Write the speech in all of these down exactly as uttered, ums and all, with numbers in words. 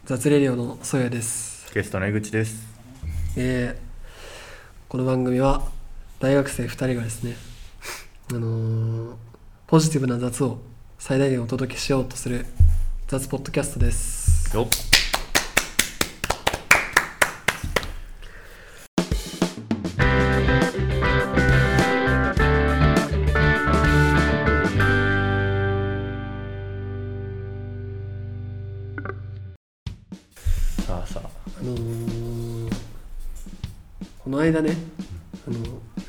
雑レディオのソヤです。 ゲストの江口です。 えー、この番組は大学生ふたりがですね、あのー、ポジティブな雑を最大限お届けしようとする雑ポッドキャストです。 よっ。さあさあ、 あのー、この間ね、あのー、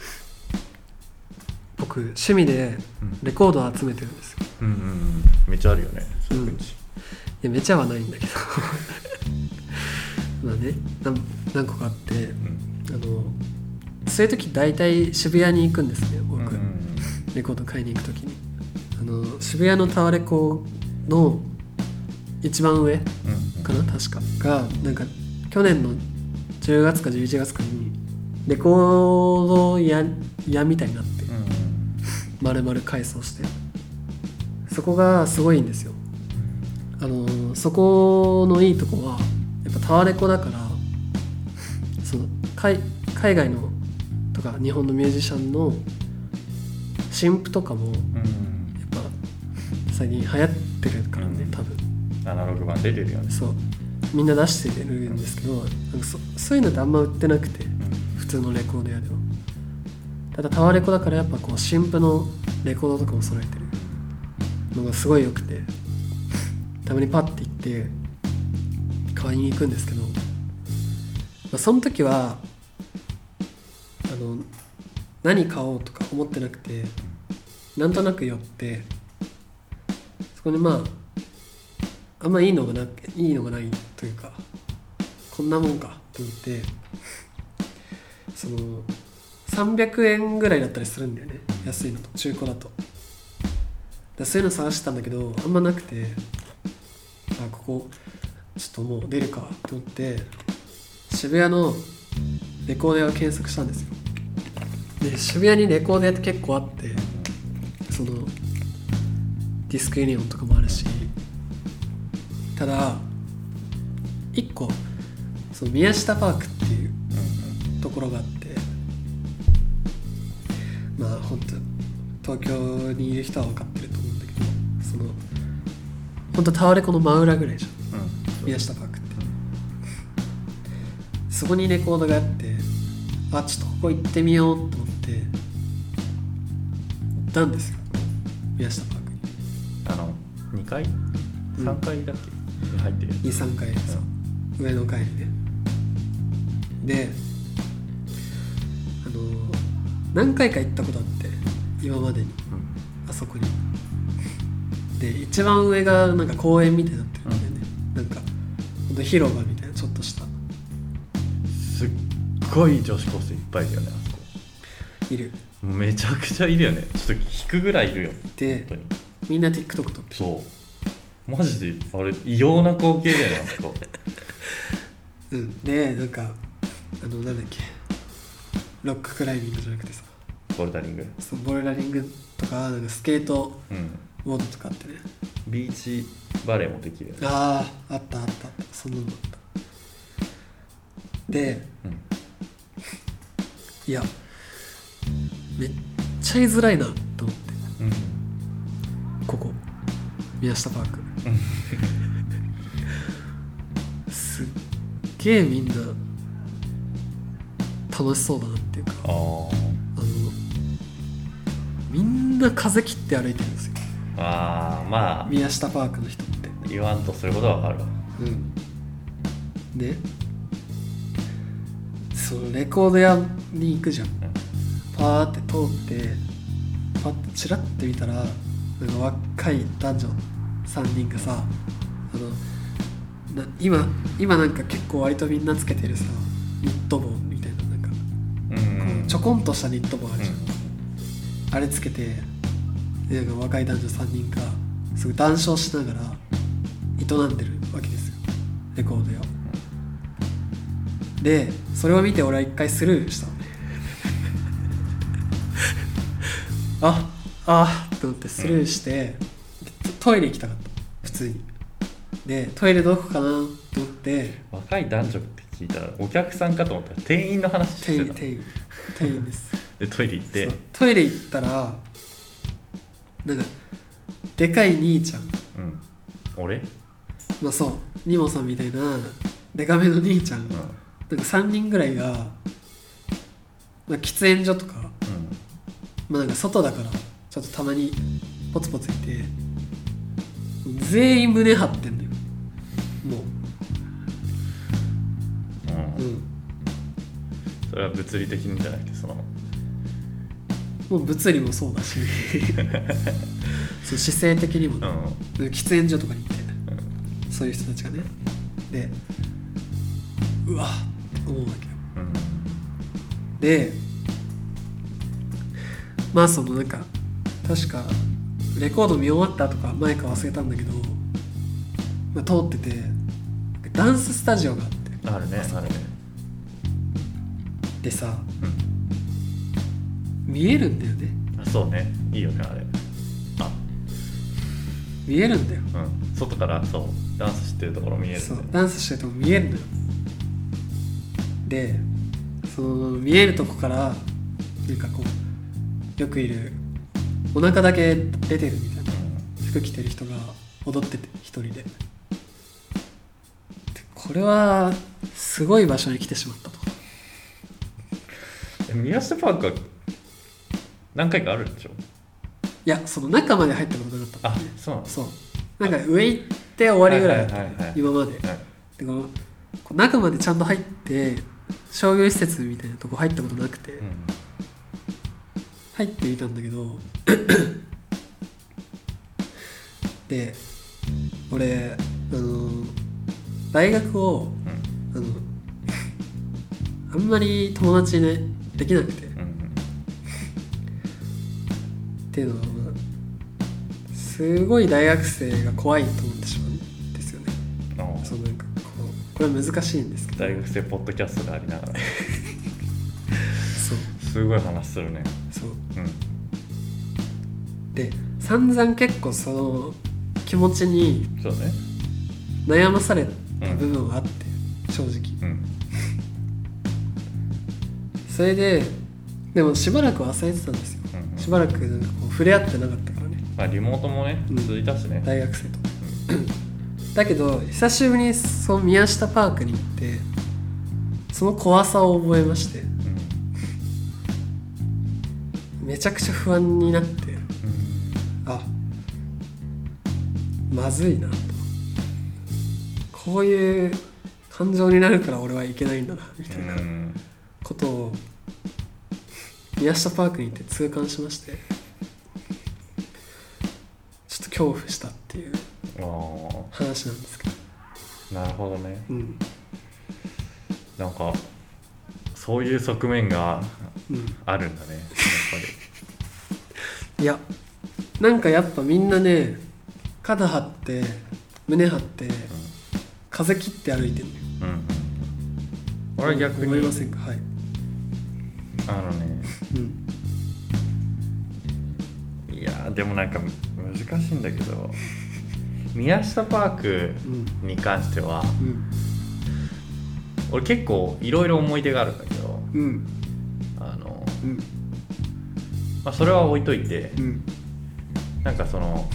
僕趣味でレコードを集めてるんですよ。 うんうんうん、めっちゃあるよね。 うん、いやめちゃはないんだけどまあね、何, 何個かあって、うん、あのそういう時大体渋谷に行くんですね、僕、うんうん、レコード買いに行く時にあの渋谷のタワレコの一番上かな、うんうん、確かがなんか去年のじゅうがつかじゅういちがつかにレコード屋屋みたいになって、うんうん、丸々改装して、そこがすごいんですよ。あのそこのいいとこはやっぱタワレコだから、その 海, 海外のとか日本のミュージシャンの新譜とかもやっぱ最近流行ってるからね、多分アナログ版出てるよね。 そう、みんな出してるんですけど、なんか そ, そういうのってあんま売ってなくて、うん、普通のレコード屋では。ただタワレコだからやっぱこう新譜のレコードとかも揃えてるのがすごい良くて、たまにパッて行って買いに行くんですけど、まあ、その時はあの何買おうとか思ってなくて、なんとなく寄ってそこでまああんまいいのがな、いいのがないというか、こんなもんかと思って、そのさんびゃくえんぐらいだったりするんだよね、安いのと中古だと。だそういうの探してたんだけどあんまなくて、あ、ここちょっともう出るかと思って渋谷のレコード屋を検索したんですよ。で渋谷にレコード屋って結構あって、そのディスクユニオンとかもあるし、ただいっこその宮下パークっていうところがあって、まあ本当東京にいる人は分かってると思うんだけど、その本当タワレコの真裏ぐらいじゃん、うん、宮下パークって、うん、そこにレコードがあって、あ、ちょっとここ行ってみようと思って行ったんですよ、宮下パークに。 あのにかいさんかいだっけ、うん、に入ってる に,さん 階、うん、 上の階にね。であの何回か行ったことあって今までに、うん、あそこに。で一番上がなんか公園みたいになってるんだよね、うん、なんかほんと広場みたいなちょっとした。 すっごい女子高生いっぱいいるよね、あそこ。 いる、 めちゃくちゃいるよね。ちょっと引くぐらいいるよ。 で本当にみんな TikTok 撮ってる。 そうマジであれ異様な光景だよね、あそこうんでなんかあのなんだっけ、ロッククライミングじゃなくてさ、 ボルダリング。 そうボルダリングとか、なんかスケート、うんボードとかあってね、 ビーチバレーもできるよね。 ああ、あったあったあった、そんなのあった。で、うん、いやめっちゃ居づらいなと思って、うん、ここ宮下パークすっげえみんな楽しそうだなっていうか、ああのみんな風切って歩いてるんですよ。 ああ、まあ宮下パークの人って言わんとすることは分かるわ。 うんでそのレコード屋に行くじゃん、うん、パーって通ってパッてチラッて見たら、なんか若い男女さんにんがさ、あのな 今, 今なんか結構割とみんなつけてるさニット帽みたいな、なんか、うん、こうちょこんとしたニット帽あるじゃん、うん、あれつけて、なんか若い男女さんにんがすごい談笑しながら営んでるわけですよ、レコード屋を。でそれを見て俺は一回スルーしたのねああと思ってスルーして、うん、トイレ行きたかった普通に。 でトイレどこかなと思って若い男女って聞いたらお客さんかと思ったら店員の話してた。 店員店員ですでトイレ行ってトイレ行ったらなんかでかい兄ちゃん、うん、 俺まあそうニモさんみたいなでかめの兄ちゃん、うん、なんかさんにんぐらいが、まあ、喫煙所とか、うん、まあなんか外だからちょっとたまにポツポツいて全員胸張ってんだよもう、うん、うん、 それは物理的にじゃなくてそのもう物理もそうだしそう姿勢的にも、ね、うん、喫煙所とかに行って、うん、そういう人たちがねでうわっと思うわけよ、うん、でまあそのなんか確かレコード見終わったとか前か忘れたんだけど、まあ、通っててダンススタジオがあってあるねあるねでさ、うん、見えるんだよね。 あそうねいいよねあれあ見えるんだよ、 うん、外からそうダンスしてるところ見えるんだよ。 そうダンスしてるところ見えるんだよ。でその見えるとこからなんかこうよくいるお腹だけ出てるみたいな服着てる人が踊ってて一人で、でこれはすごい場所に来てしまったと。 宮下パークは何回かあるでしょ。 いやその中まで入ったことなかったんだ、ね、 あそうなの。 そうなんか上行って終わりぐらいだった、今まで、はい、でこのこう中までちゃんと入って商業施設みたいなとこ入ったことなくて、うん、入ってみたんだけどで俺あの大学を、うん、あのあんまり友達ねできなくて、うん、っていうのはすごい大学生が怖いと思ってしまうんですよね。そうなんかこうこれは難しいんですけど、 大学生ポッドキャストでありながらそうすごい話するね。 そう、うん、で散々結構その気持ちに悩まされた部分はあって、うん、正直、うん、それででもしばらく忘れてたんですよ、うんうん、しばらくなんかこう触れ合ってなかったからね。 まあリモートもね続いたしね、うん、 大学生と、うん、だけど久しぶりにその宮下パークに行ってその怖さを覚えまして、うん、めちゃくちゃ不安になって、うん、あまずいなと、こういう感情になるから俺はいけないんだなみたいなことを宮下パークに行って痛感しまして、ちょっと恐怖したっていう話なんですけど。なるほどね、 うん、 なんかそういう側面があるんだね、うん、やっぱりいやなんかやっぱみんなね肩張って胸張って、うん、風切って歩いてるのよ、うんうん、 俺は逆に思いませんか。はい、 あのね、うん、いやでもなんか難しいんだけど宮下パークに関しては、うんうん、俺結構いろいろ思い出があるんだけど、うん、あの、うんまあ、それは置いといて、うん、なんかその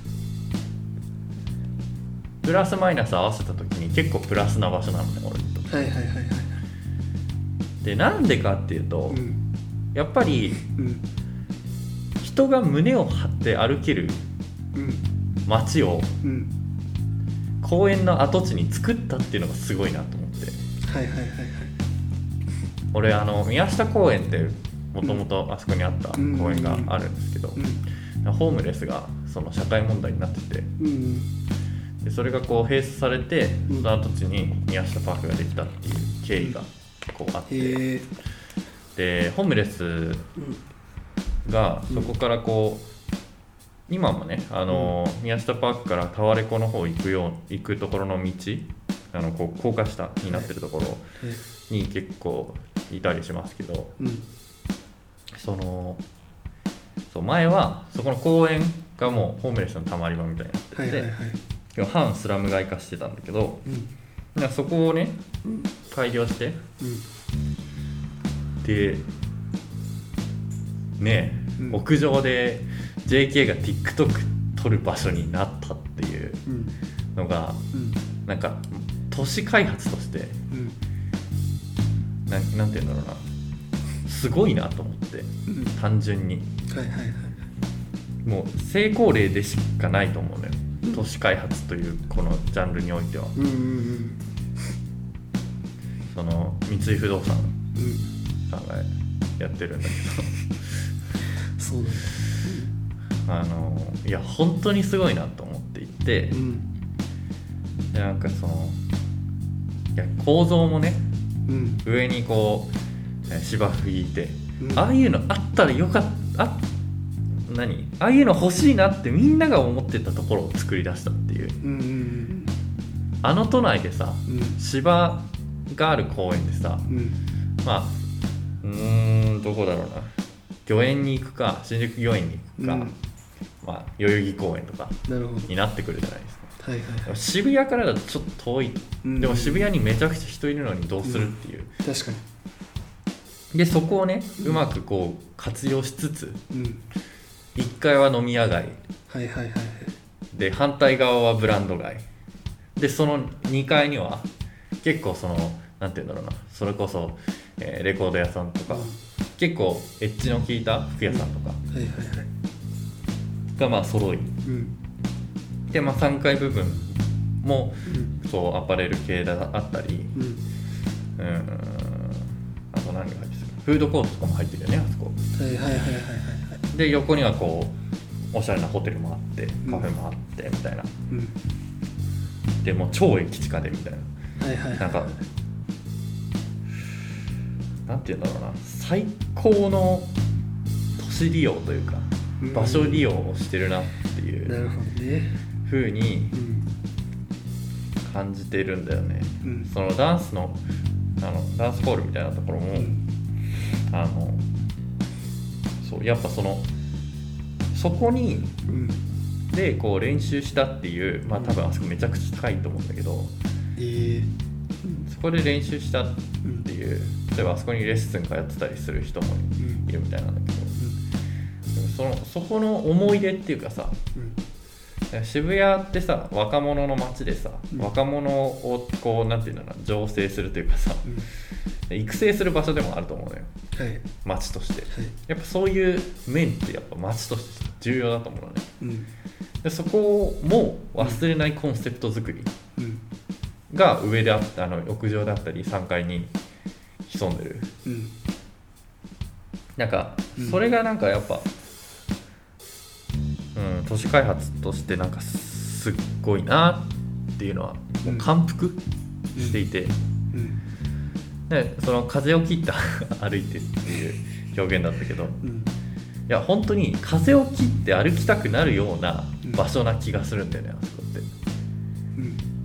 プラスマイナス合わせた時に結構プラスな場所なのね俺と。 はいはいはいはい。 でなんでかっていうと、うん、やっぱり、うん、人が胸を張って歩ける街を、うん、公園の跡地に作ったっていうのがすごいなと思って。 はいはいはいはい。 俺あの宮下公園ってもともとあそこにあった公園があるんですけど、うんうん、ホームレスがその社会問題になってて、うん、でそれがこう閉鎖されて、その跡地に宮下パークができたっていう経緯がこうあって、でホームレスがそこからこう今もねあの宮下パークからタワレコの方行くよう行くところの道、あのこう高架下になってるところに結構いたりしますけど、うん、そのそう前はそこの公園がもうホームレスのたまり場みたいになってて、はいはいはい、 反スラム街化してたんだけど、 うん、 そこをね、 うん、 改良して、 うん、 でね、うん、屋上で ジェイケー が TikTok 撮る場所になったっていうのが、うん、なんか都市開発として、うん、な, なんていうんだろうな、すごいなと思って、うん、単純に、 はいはいはい、 もう成功例でしかないと思うのよ、うん、都市開発というこのジャンルにおいては、 うんうんうん、 その三井不動産さんがやってるんだけど、 うん、そうなんだ、 うん、あのいや本当にすごいなと思っていて、うん、でなんかそのいや構造もね、うん、上にこう芝生引いて、うん、ああいうのあったらよかったあ何ああいうの欲しいなってみんなが思ってたところを作り出したっていう、うんうんうん、あの都内でさ、うん、芝がある公園でさ、うん、まあうーんどこだろうな、御苑に行くか新宿御苑に行くか、うん、まあ代々木公園とかになってくるじゃないですか、はいはいはい、渋谷からだとちょっと遠い、うん、でも渋谷にめちゃくちゃ人いるのにどうするっていう、 うん、確かに。 でそこをね、うまくこう活用しつつ、うん、いっかいは飲み屋街、 はいはいはい、 で反対側はブランド街で、そのにかいには結構そのなんていうんだろうな、それこそ、えー、レコード屋さんとか、うん、結構エッジの効いた服屋さんとかがまあ揃い、うん、でまあさんがい部分も、うん、そうアパレル系があったり、うん、うんあと何が入ってる、フードコートとかも入ってるよね、あそこ。 はいはいはいはいはい。 で横にはこうおしゃれなホテルもあってカフェもあってみたいな、うん、でもう超駅地下でみたいな、はいはいはいはい、なんかなんていうんだろうな、最高の都市利用というか、うん、場所利用をしてるなっていうなるほどね風に感じてるんだよね、うん、そのダンスのあのダンスホールみたいなところも、うん、あのそうやっぱそのそこに、うん、でこう練習したっていう、まあ多分あそこめちゃくちゃ高いと思うんだけど、えー、そこで練習したっていう、例えばあそこにレッスンがやってたりする人もいるみたいなんだけど、うん、そのそこの思い出っていうかさ、うん、渋谷ってさ若者の街でさ、うん、若者をこうなんていうのかな、醸成するというかさ、うん、育成する場所でもあると思うのよ、はい、街として、はい、やっぱそういう面ってやっぱ街として重要だと思うのね、うん、でそこも忘れないコンセプト作りが上であったあの屋上であったりさんがいに潜んでる、うん、なんかそれがなんかやっぱ、うん、都市開発としてなんかすっごいなっていうのはもう感服していて、うんうんでその風を切った歩いてっていう表現だったけど、うん、いや本当に風を切って歩きたくなるような場所な気がするんだよね、あそこって、うん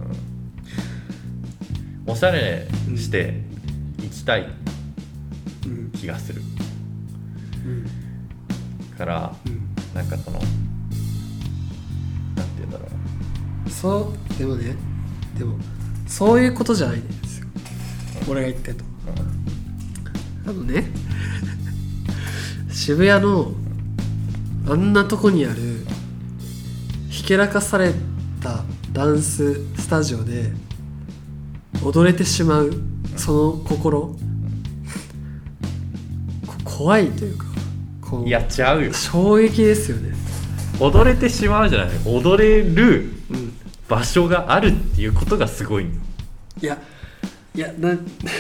うん、おしゃれして行きたい気がする、うん、から、うん、なんかそのなんて言うんだろう、そうでもねでもそういうことじゃないんですよ、俺が言ってると、うん、あのね渋谷のあんなとこにあるひけらかされたダンススタジオで踊れてしまうその心、怖いというかこうやっちゃうよ、 衝撃ですよね。 踊れてしまうじゃない、踊れる場所があるっていうことがすごい、うん、 いやいやない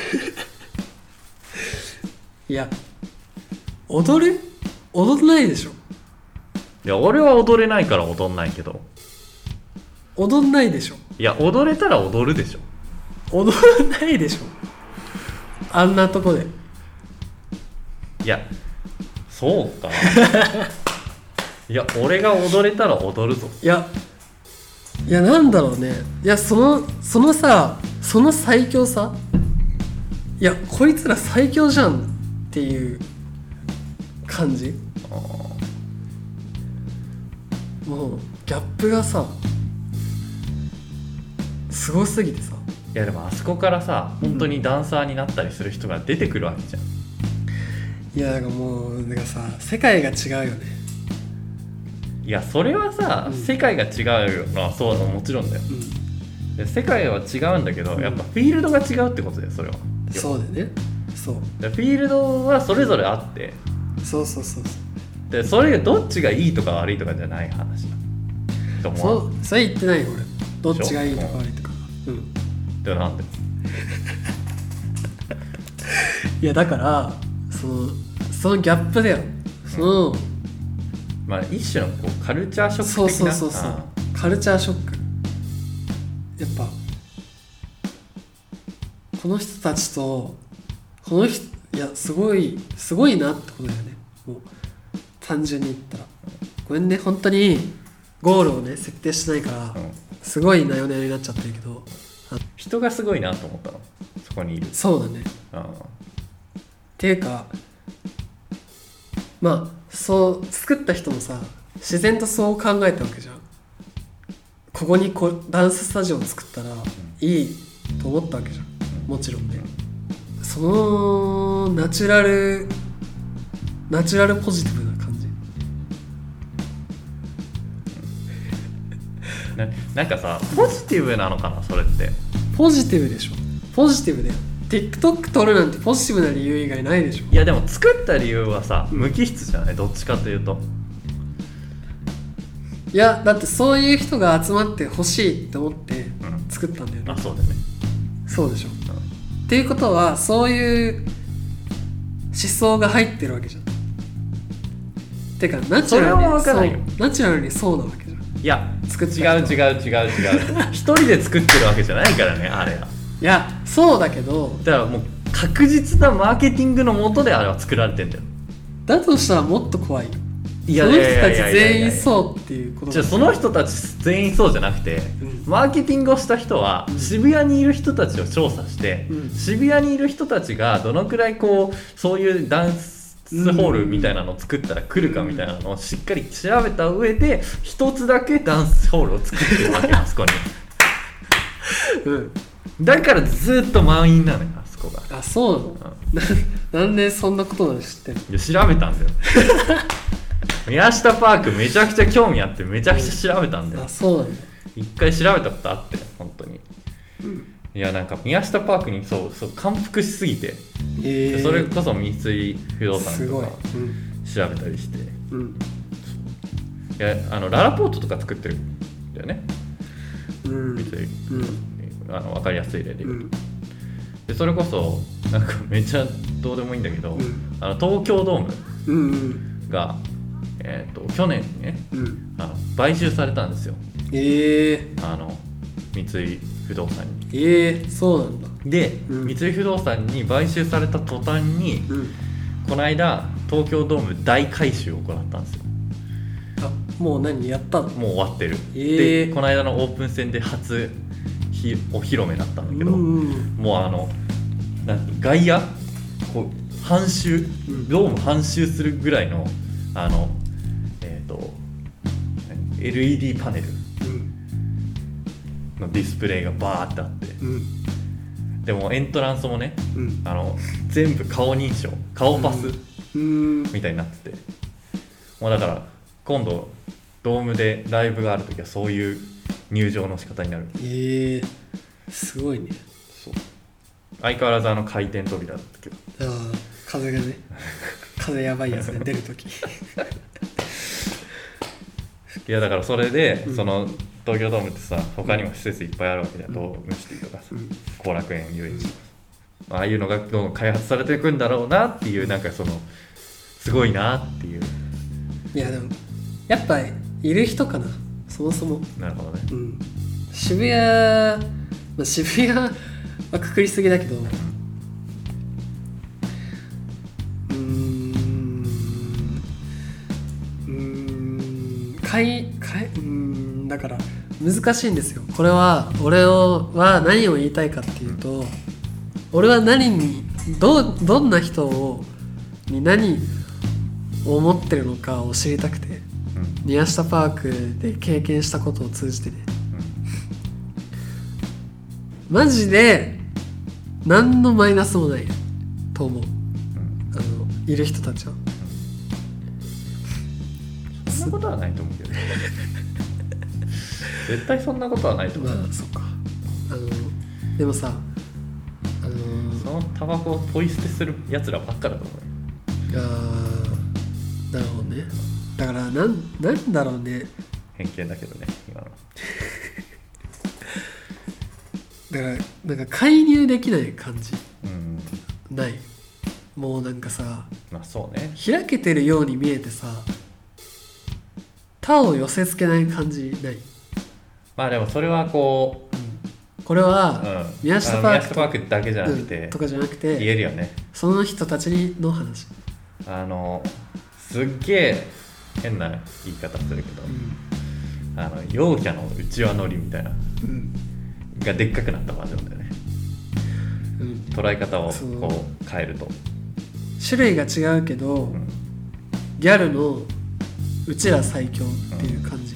や踊る踊んないでしょ。 いや俺は踊れないから踊んないけど、 踊んないでしょ。 いや踊れたら踊るでしょ。 踊らないでしょあんなとこで。 いやそうかいや俺が踊れたら踊るぞ。 いやいやなんだろうね、いやそのそのさその最強さ、いやこいつら最強じゃんっていう感じ。あもうギャップがさすごすぎてさ。 いやでもあそこからさ本当にダンサーになったりする人が出てくるわけじゃん、 いやだからもうだからさ世界が違うよね。 いやそれはさ、うん、世界が違うのはそうなのもちろんだよ、うん、で世界は違うんだけど、うん、やっぱフィールドが違うってことだよそれは。 そうだよね。そうでフィールドはそれぞれあって、 うん、そうそうそうそうでそれがどっちがいいとか悪いとかじゃない話だと思う。 そそれ言ってないよ俺。どっちがいいとか悪いとか。うんではなんでいやだからそのそのギャップだよ、うん、そのまあ一種のこうカルチャーショック的な。 そうそうそうそうカルチャーショック。やっぱこの人たちとこの人いやすごいすごいなってことだよね。もう単純に言ったらごめんね本当にゴールをね設定してないから、うん、すごいなよねになっちゃってるけど、 人がすごいなと思ったのそこにいる。 そうだね。あっていうかまあそう作った人もさ自然とそう考えたわけじゃん。ここにこうダンススタジオを作ったらいいと思ったわけじゃん。もちろんね。そのナチュラルナチュラルポジティブな感じな, なんかさポジティブなのかなそれって。 ポジティブでしょ。ポジティブだよ。 TikTok 撮るなんてポジティブな理由以外ないでしょ。 いやでも作った理由はさ無機質じゃない、どっちかというと。 いやだってそういう人が集まってほしいって思って作ったんだよね、 うん、あそうだね。 そうでしょ、うん、っていうことはそういう思想が入ってるわけじゃん。てかナチュラルにそうナチュラルにそうなわけじゃん。 いや作っ違う違う違う違う一人で作ってるわけじゃないからねあれは。 いやそうだけどだからもう確実なマーケティングのもとであれは作られてんだよ。 だとしたらもっと怖いよ。 いやその人たち全員そうっていうこと。 じゃあその人たち全員そうじゃなくて、うん、マーケティングをした人は、うん、渋谷にいる人たちを調査して、うん、渋谷にいる人たちがどのくらいこうそういうダンスホールみたいなのを作ったら来るかみたいなのをしっかり調べた上で一つだけダンスホールを作ってるわけあそこに、うん、だからずっと満員なのよあそこが。 あそうなの、うん、な, なんでそんなことなの知ってるの。 いや調べたんだよ宮下パークめちゃくちゃ興味あってめちゃくちゃ調べたんだよ。 あそうなんだ。 一回調べたことあって本当に、うん、いやなんか宮下パークにそうそう感服しすぎて、えー、それこそ三井不動産とか調べたりして、うん、いやあのララポートとか作ってるんだよね、うん、三井、うん、あの分かりやすい例で言うと、うん、でそれこそなんかめっちゃどうでもいいんだけど、うん、あの東京ドームが、うんうんえー、と去年にね、うん、あの買収されたんですよ、 えー、 あの三井不動産に。 えー、そうなんだ。 で、うん、三井不動産に買収された途端に、うん、この間東京ドーム大改修を行ったんですよ。 あもう何やったの。 もう終わってる、 えー、 でこの間のオープン戦で初ひお披露目だったんだけど、うんうん、もうあのなん外野こう半周、うん、ドーム半周するぐらいのあのエルイーディー パネルのディスプレイがバーってあって、うん、でもエントランスもね、うん、あの全部顔認証顔パスみたいになってて、もうだから今度ドームでライブがあるときはそういう入場の仕方になる。 えー、すごいね。 そう相変わらずあの回転扉だったけど、 あ風がね風やばいやつで出るときいやだからそれで、うん、その東京ドームってさ他にも施設いっぱいあるわけだと、うん、ムシティとかさ後、うん、楽園遊園地とか、うん、ああいうのがどんどん開発されていくんだろうなっていう、なんかそのすごいなっていう。 いやでもやっぱいる人かなそもそも。 なるほどね、うん、 渋谷、まあ、渋谷はくくりすぎだけど、かいかいうーんだから難しいんですよこれは。俺をは何を言いたいかっていうと、俺は何に ど, どんな人をに何を思ってるのかを知りたくて、うん、宮下パークで経験したことを通じてね、 マジで何のマイナスもないと思う、うん、あのいる人たちは、 うん、そんなことはないと思うけど絶対そんなことはないと思う。 まあそっか。あのでもさ、あのー、 そのタバコをポイ捨てするやつらばっかだと思う。 あー、なるほどね。だからなん、なんだろうね。 偏見だけどね今のだからなんか介入できない感じ、 うん、 ない。もうなんかさ、 まあそうね、 開けてるように見えてさ、他を寄せ付けない感じない。 まあでもそれはこう、 うん、これは、 うん、 宮下パーク、 宮下パークだけじゃなくて、 うん、とかじゃなくて言えるよね。 その人たちの話。 あのすっげえ変な言い方するけど、うん、あの陽キャの内輪乗りみたいな、うん、がでっかくなったバージョンだよね、うん、捉え方をこう変えると種類が違うけど、うん、ギャルのうちら最強っていう感じ、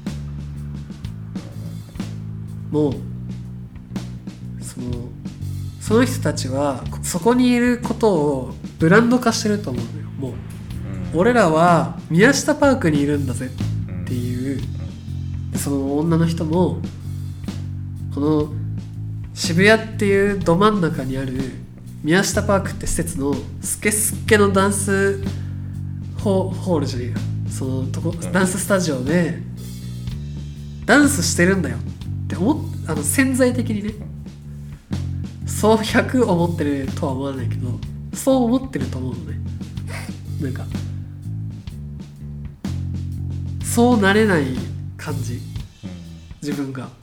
うん、もうそのその人たちはそこにいることをブランド化してると思うのよ。もう、うん、俺らは宮下パークにいるんだぜっていう、うん、その女の人もこの渋谷っていうど真ん中にある宮下パークって施設のスケスケのダンスホールじゃねえか、そのとこ、うん、ダンススタジオでダンスしてるんだよって思っあの潜在的にね、そうひゃく思ってるとは思わないけど、そう思ってると思うのね。なんかそうなれない感じ、自分が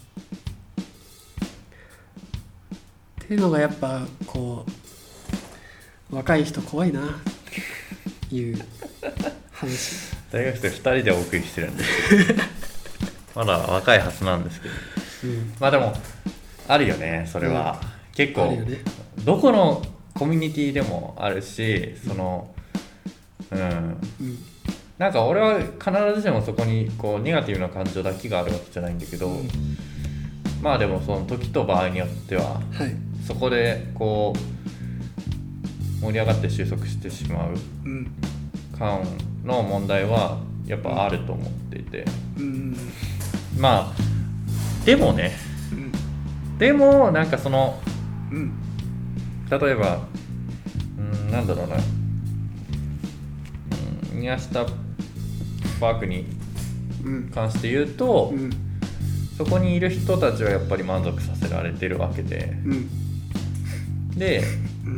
っていうのがやっぱこう若い人怖いなっていう話。 大学生ふたりでお送りしてるんですけどまだ若いはずなんですけど、うん、まあでもあるよねそれは、うん、結構、ね、どこのコミュニティでもあるし、そのうん、うん、なんか俺は必ずしもそこにこうネガティブな感情だけがあるわけじゃないんだけど、うん、まあでもその時と場合によっては、はい、そこでこう盛り上がって収束してしまう感の問題はやっぱあると思っていて、うん、まあでもね、うん、でもなんかその、うん、例えば、うん、なんだろうな、うん、宮下パークに関して言うと、うんうん、そこにいる人たちはやっぱり満足させられてるわけで、うん、で、うん、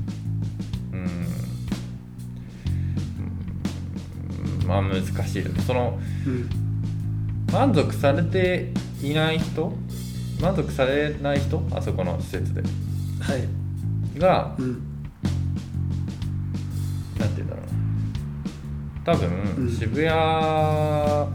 うん、まあ難しいよね。その、うん、満足されていない人、満足されない人、あそこの施設で、はい、が、うん、なんて言うんだろうな、多分、うん、渋谷、あ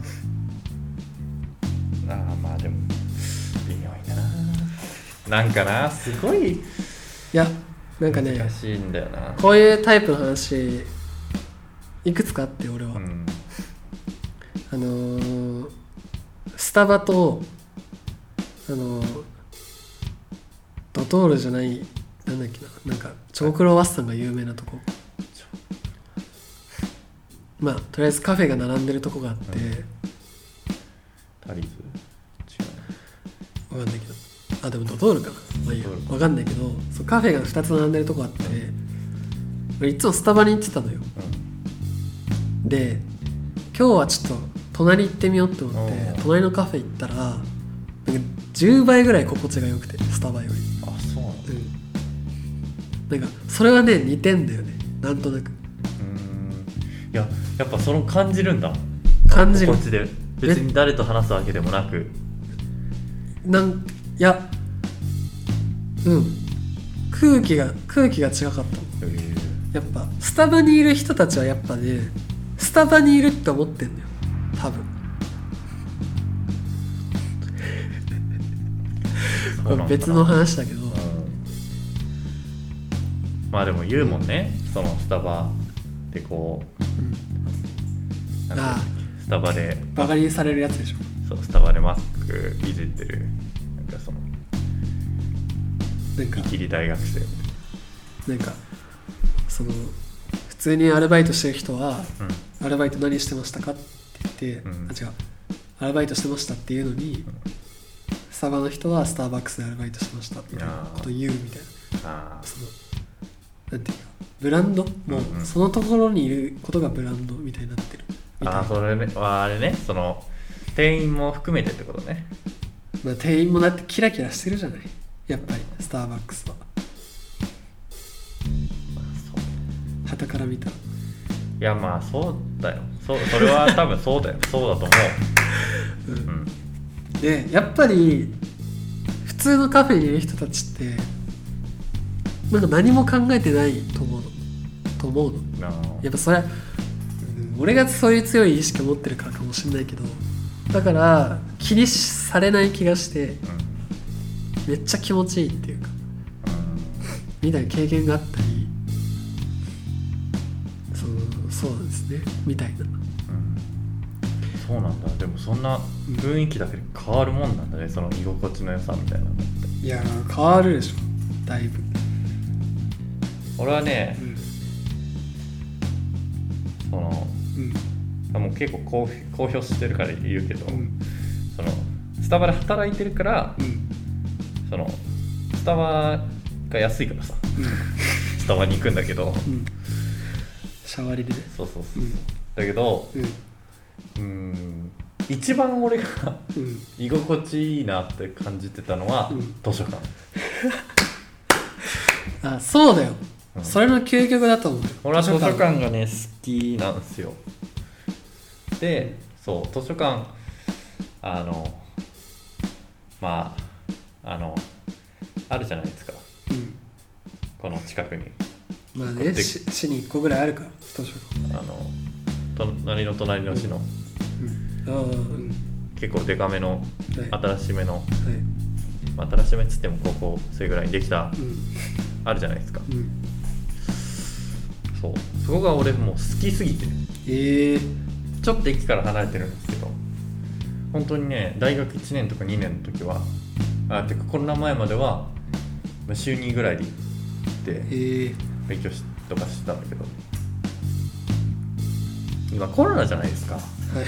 まあでも微妙いな、なんかな、すごい、いやなんかね難しいんだよな。 こういうタイプの話いくつかあって俺は、うん、あのー、スタバとあのー、ドトールじゃない、なんだっけな、なんかチョコクロワッサンが有名なとこ、まあとりあえずカフェが並んでるとこがあって、うん、 タリーズ違うわかんないけど、あでもドトールかな、まあいいやわかんないけど、そうカフェがふたつ並んでるとこあって、俺いつもスタバに行ってたのよ、うん、で今日はちょっと隣行ってみようって思って隣のカフェ行ったらなんかじゅうばいぐらい心地が良くて、スタバより。 あ、そうなんだ、 うん、なんかそれはね似てんだよね、なんとなく。うーん、いややっぱその感じるんだ、 感じる、 こっちで別に誰と話すわけでもなく、 なんいやうん空気が空気が違かった。やっぱスタバにいる人たちはやっぱねスタバにいるって思ってんだよ多分別の話だけど、うん、 まあでも言うもんね、うん、そのスタバでこう、うん、なんかスタバでバカにされるやつでしょ。 そう、スタバでマスクいじってるなんかそのなんかイキリ大学生なんかその普通にアルバイトしてる人は、 うん、 アルバイト何してましたかって言って、うん、あ違うアルバイトしてましたっていうのに、うん、スタバの人はスターバックスでアルバイトしてましたみたいなことを言うみたいな、あそのなんていうかブランドもう、うんうん、そのところにいることがブランドみたいになってるみたいな。 あそれねあれねその店員も含めてってことね。 まあ、店員もだってキラキラしてるじゃないやっぱりスターバックスは。傍から見たらいやまあそうだよ そ, それは多分そうだよそうだと思う、うんうん、 でやっぱり普通のカフェにいる人たちってなんか何も考えてないと思うのと思うのやっぱそれは、うん、俺がそういう強い意識を持ってるからかもしれないけどだから気にされない気がして、うん、めっちゃ気持ちいいっていうか、うん、みたいな経験があったりそうなんですねみたいな、うん、 そうなんだ。でもそんな雰囲気だけで変わるもんなんだね、その居心地の良さみたいなのって。 いや変わるでしょだいぶ。 俺はね、うん、その、うん、もう結構公表してるから言うけど、うん、そのスタバで働いてるから、うん、そのスタバが安いからさ、うん、スタバに行くんだけど、うんシャワリでね。 そうそうそう、うん、だけど、うん、うーん一番俺が、うん、居心地いいなって感じてたのは、うん、図書館あそうだよ、うん、それの究極だと思う。 俺は図書館がね好きなんですよ。でそう図書館あのまああのあるじゃないですか、うん、この近くにまあね、市にいっこぐらいあるから図書館。 あの隣の隣の市の、うんうん、結構デカめの、はい、新しめの、はいまあ、新しめっつっても高校生ぐらいにできた、うん、あるじゃないですか、うん、そうそこが俺もう好きすぎて、えー、ちょっと駅から離れてるんですけど本当にね大学いちねんとかにねんの時はあてかコロナ前までは週にぐらいで行って、えー勉強しとかしてたんだけど今コロナじゃないですか、はい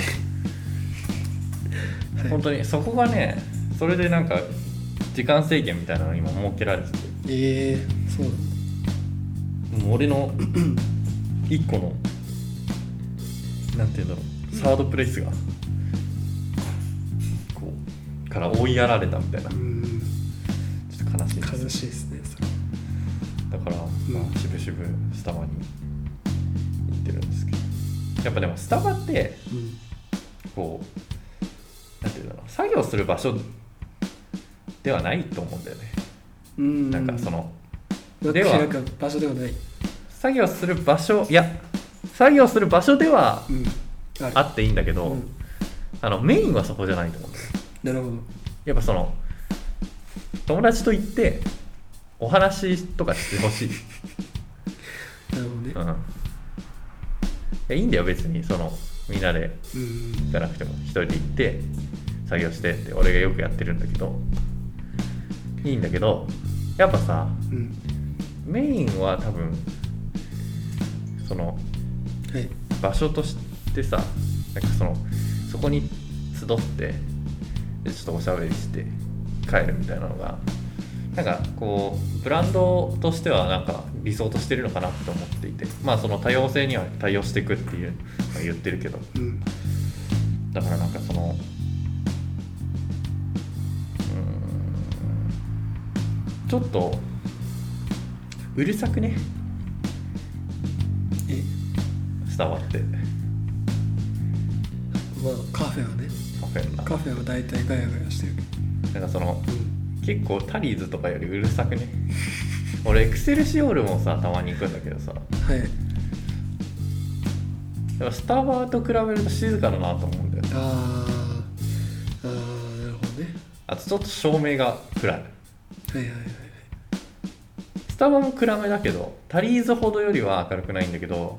はい、本当にそこがねそれでなんか時間制限みたいなの今設けられててえー、そうなんだ。 もう俺のいっこのなんていうんだろうサードプレイスがこうから追いやられたみたいなうんちょっと悲しいです。 悲しいですねそれだから、まあ、しぶしぶスタバに行ってるんですけどやっぱでもスタバって、うん、こうなんていうんだろう作業する場所ではないと思うんだよね。うんなんかそのでは場所ではない作業する場所いや作業する場所では、うん、あ, あっていいんだけど、うん、あのメインはそこじゃないと思うんだよ。 なるほど。やっぱその友達と行ってお話とかしてほしいなるほどね、 うん、いやいいんだよ別にそのみんなで行かなくても一人で行って作業してって俺がよくやってるんだけどいいんだけどやっぱさ、うん、メインは多分その、はい、場所としてさなんかそのそこに集ってでちょっとおしゃべりして帰るみたいなのがなんかこうブランドとしてはなんか理想としてるのかなと思っていてまあその多様性には対応していくっていうのを言ってるけど、うん、だからなんかそのうーんちょっとうるさくねえスタバってまあカフェはねカフェカフェは大体ガヤガヤしてるなんかその、うん結構タリーズとかよりうるさくね俺エクセルシオールもさたまに行くんだけどさはいでもスタバと比べると静かだなと思うんだよね。 ああなるほどね。 あとちょっと照明が暗い。はいはいはいはい。 スタバも暗めだけどタリーズほどよりは明るくないんだけど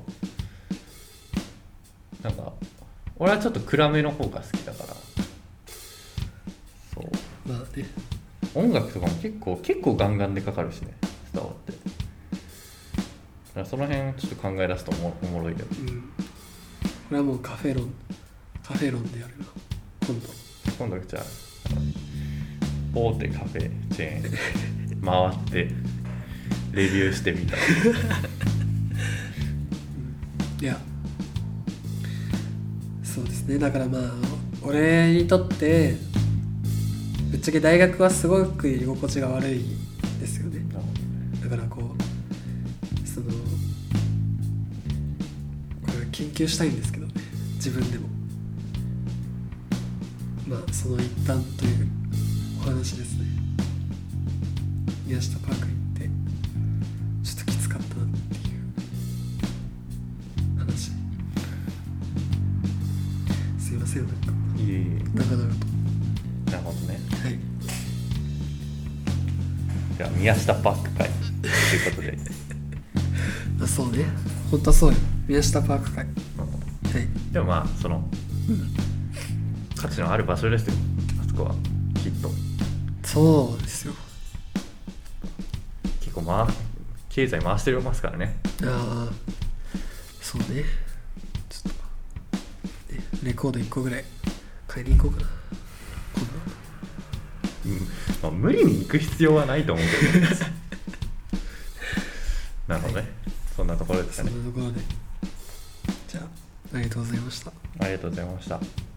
なんか俺はちょっと暗めの方が好きだからそうまあね音楽とかも結構結構ガンガンでかかるしね、スタバって。だからその辺ちょっと考え出すと おも, おもろいけど、 うん、これはもうカフェ論カフェ論でやるな今度。 今度じゃあ大手カフェチェーン回ってレビューしてみたいやそうですね。だからまあ俺にとってぶっちゃけ大学はすごく居心地が悪いですよね。だからこうそのこれ研究したいんですけどね、自分でも。まあその一端というお話ですね。宮下パーク行ってちょっときつかったなっていう話。すいません、なんかいえいえ、 長々と。 なるほどね。 はい、 じゃあ宮下パーク会ということであ、そうね、本当そうよ、宮下パーク会。はい、 でもまあその、うん、価値のある場所ですよ、あそこはきっと。 そうですよ、 結構まあ経済回してますからね。 ああ、そうね、ちょっと、ね、レコードいっこぐらい買いに行こうかな今度。うん、まあ、無理に行く必要はないと思うけど、ね、なので、はい、そんなところですかね。 そんなところで、じゃあありがとうございました。 ありがとうございました。